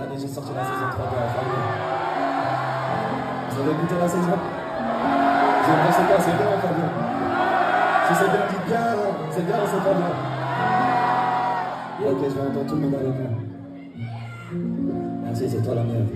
année, j'ai sorti la saison 3 de la famille. Vous avez écouté la saison? Vous avez pensé quoi? C'est bien ou pas bien? Si c'est bien, dites bien, c'est bien ou c'est pas bien? Ok, je vais entendre tout le monde avec moi. Merci, c'est toi la meilleure.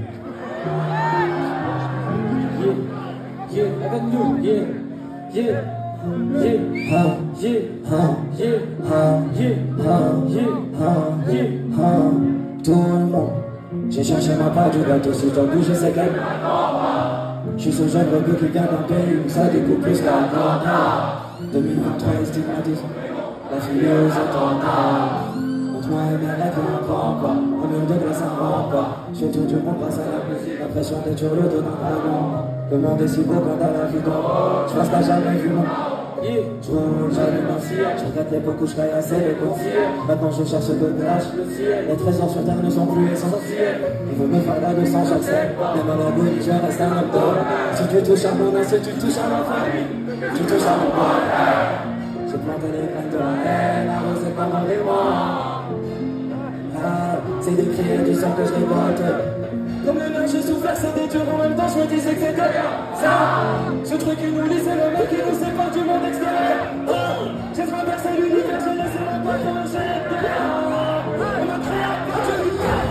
Yeah, avec nous, yeah, yeah. Yeah, ha, yeah, ha, yeah, ha, yeah, ha, yeah, ha, yeah, ha. Tout le monde, j'ai cherché ma part du gâteau, si t'as bougé c'est qu'elle. J'suis ce jeune rebeu qui vient d'un pays où ça découpe plus qu'à 2023 est stigmatisé, la fille aux attentats. Montre-moi et bien la vie on prend pas, un mur de glace ça rend pas. J'fais tout du monde grâce à la musique, la pression d'être sur le dos d'un dragon. Le monde est si beau quand à la vie d'en j'pense t'as jamais vu mon. Yeah, j'allume un cire, je regrette l'époque où je caillassais les confiers. Maintenant je cherche le cache, les trésors sur terre ne sont plus essentiels. Il veut me faire la 200 chaque scène, même à la bonne je reste un homme. Si tu touches à mon assiette, tu touches à ma famille, tu touches à mon corps. J'ai planté les graines de la haine, arrosé par mon démon. C'est des cris et du sang que je récolte. Comme le mec j'ai souffert, c'était dur en même temps, je me disais que c'était bien. Ça, ce truc qui nous lit, c'est le mec qui nous sépare du monde extérieur. J'ai traversé l'univers, j'ai laissé ma boîte dans le jet de l'air. On me crée un peu de lumière.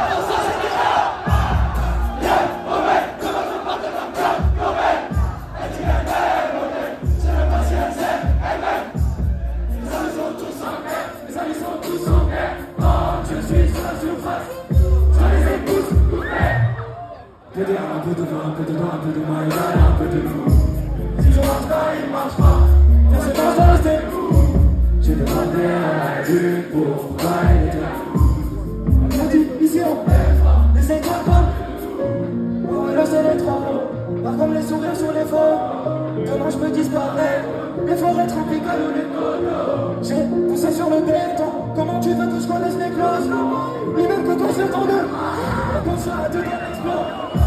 Un peu de vent, un peu de vent, un peu de moi, un peu de vous. Si je marche pas, il marche pas. Mais c'est pas ça, rester fou. J'ai demandé à Dieu pourquoi il était fou. Elle m'a dit, ici on perd, mais c'est toi comme. Oh, le ciel est trop beau. Par contre, les sourires sur les faux. Demain, je peux disparaître. Les forêts tropicales ou les colos. J'ai poussé sur le béton. Comment tu veux que je connaisse les clauses? Ni même que ton sur ton deux. Et qu'on soit à deux dans l'exploit.